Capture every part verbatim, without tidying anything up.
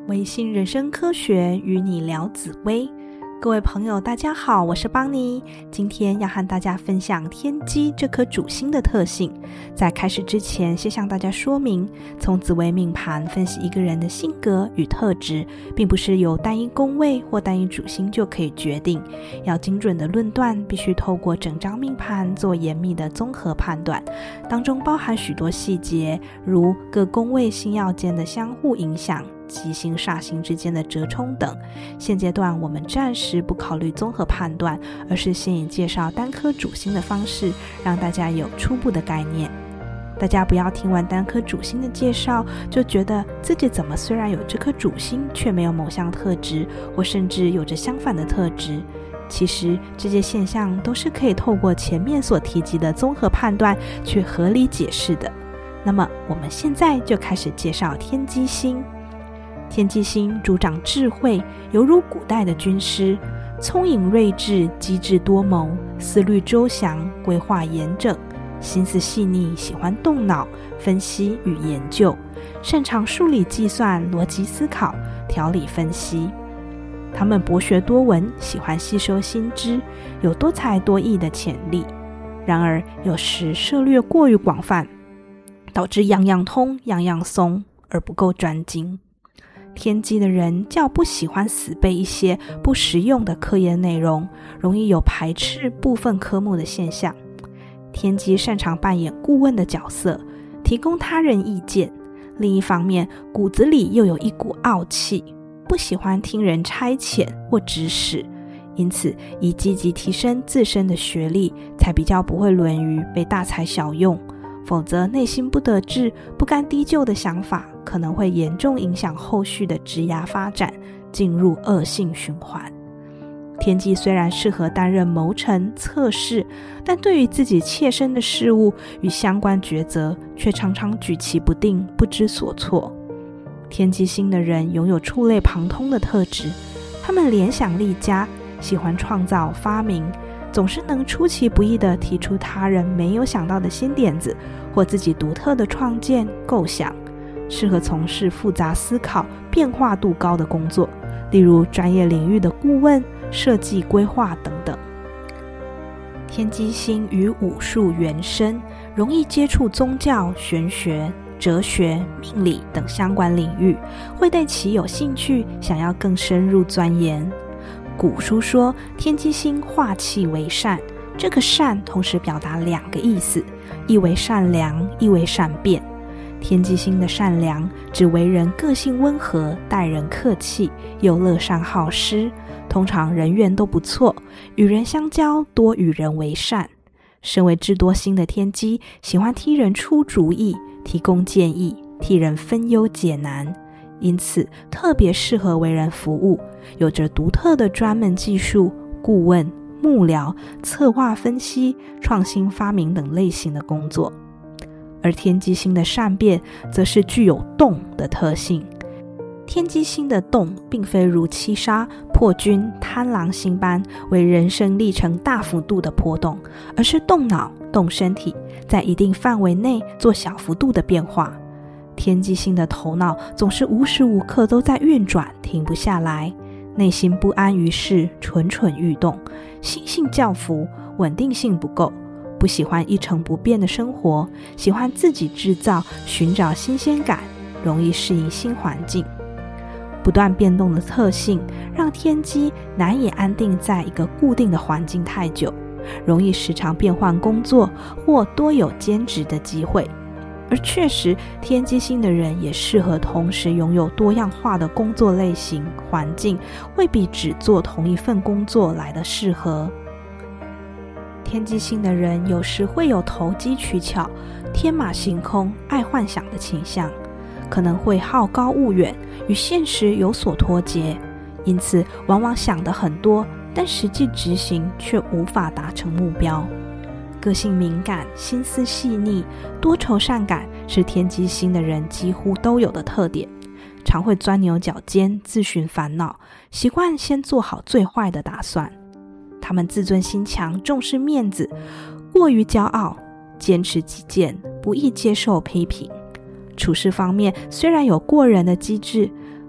微信人生科学与你聊紫微。各位朋友大家好，我是邦尼，今天要和大家分享天机这颗主星的特性。在开始之前，先向大家说明，从紫微命盘分析一个人的性格与特质，并不是由单一宫位或单一主星就可以决定，要精准的论断，必须透过整张命盘做严密的综合判断，当中包含许多细节，如各宫位星曜间的相互影响、吉星煞星之间的折冲等。现阶段我们暂时不考虑综合判断，而是先以介绍单颗主星的方式，让大家有初步的概念。大家不要听完单颗主星的介绍，就觉得自己怎么虽然有这颗主星，却没有某项特质，或甚至有着相反的特质。其实这些现象都是可以透过前面所提及的综合判断去合理解释的。那么我们现在就开始介绍天机星。天机星主掌智慧，犹如古代的军师，聪颖睿智，机智多谋，思虑周详，规划严整，心思细腻，喜欢动脑分析与研究，擅长数理计算、逻辑思考、条理分析。他们博学多闻，喜欢吸收新知，有多才多艺的潜力。然而有时涉略过于广泛，导致样样通样样松，而不够专精。天机的人较不喜欢死背一些不实用的科研内容，容易有排斥部分科目的现象。天机擅长扮演顾问的角色，提供他人意见。另一方面，骨子里又有一股傲气，不喜欢听人差遣或指使，因此以积极提升自身的学历，才比较不会沦于被大材小用。否则内心不得志、不甘低就的想法，可能会严重影响后续的职涯发展，进入恶性循环。天机虽然适合担任谋臣、策士，但对于自己切身的事务与相关抉择，却常常举棋不定、不知所措。天机星的人拥有触类旁通的特质，他们联想力佳，喜欢创造发明，总是能出其不意地提出他人没有想到的新点子，或自己独特的创建构想，适合从事复杂思考、变化度高的工作，例如专业领域的顾问、设计规划等等。天机星与武术原生，容易接触宗教、玄学、哲学、命理等相关领域，会对其有兴趣，想要更深入钻研。古书说天机星化气为善，这个善同时表达两个意思，一为善良，一为善变。天机星的善良指为人个性温和，待人客气，又乐善好施，通常人缘都不错，与人相交多与人为善。身为智多星的天机，喜欢替人出主意，提供建议，替人分忧解难，因此特别适合为人服务，有着独特的专门技术、顾问、幕僚、策划分析、创新发明等类型的工作。而天机星的善变则是具有动的特性。天机星的动并非如七杀、破军、贪狼星般为人生历程大幅度的波动，而是动脑、动身体，在一定范围内做小幅度的变化。天机星的头脑总是无时无刻都在运转，停不下来，内心不安于世，蠢蠢欲动，心性较浮，稳定性不够，不喜欢一成不变的生活，喜欢自己制造，寻找新鲜感，容易适应新环境。不断变动的特性让天机难以安定在一个固定的环境太久，容易时常变换工作或多有兼职的机会。而确实，天机星的人也适合同时拥有多样化的工作类型、环境，会比只做同一份工作来得适合。天机星的人有时会有投机取巧、天马行空、爱幻想的倾向，可能会好高骛远，与现实有所脱节，因此往往想得很多，但实际执行却无法达成目标。个性敏感，心思细腻，多愁善感是天机星的人几乎都有的特点，常会钻牛角尖，自寻烦恼，习惯先做好最坏的打算。他们自尊心强，重视面子，过于骄傲，坚持己见，不易接受批评。处事方面虽然有过人的机智，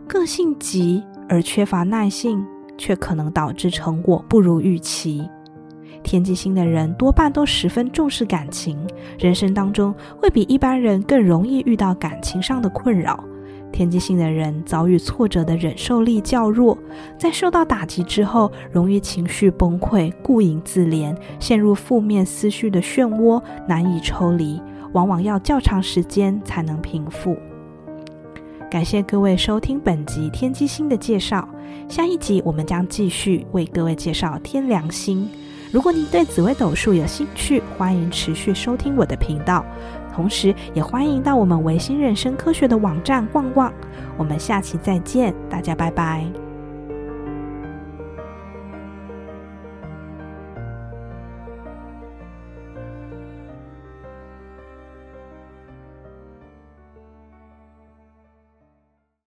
个性急而缺乏耐性，却可能导致成果不如预期。天机星的人多半都十分重视感情，人生当中会比一般人更容易遇到感情上的困扰。天机星的人遭遇挫折的忍受力较弱，在受到打击之后容易情绪崩溃，顾影自怜，陷入负面思绪的漩涡，难以抽离，往往要较长时间才能平复。感谢各位收听本集天机星的介绍，下一集我们将继续为各位介绍天梁星。如果你对紫微斗数有兴趣，欢迎持续收听我的频道，同时也欢迎到我们维新人生科学的网站逛逛。我们下期再见，大家拜拜。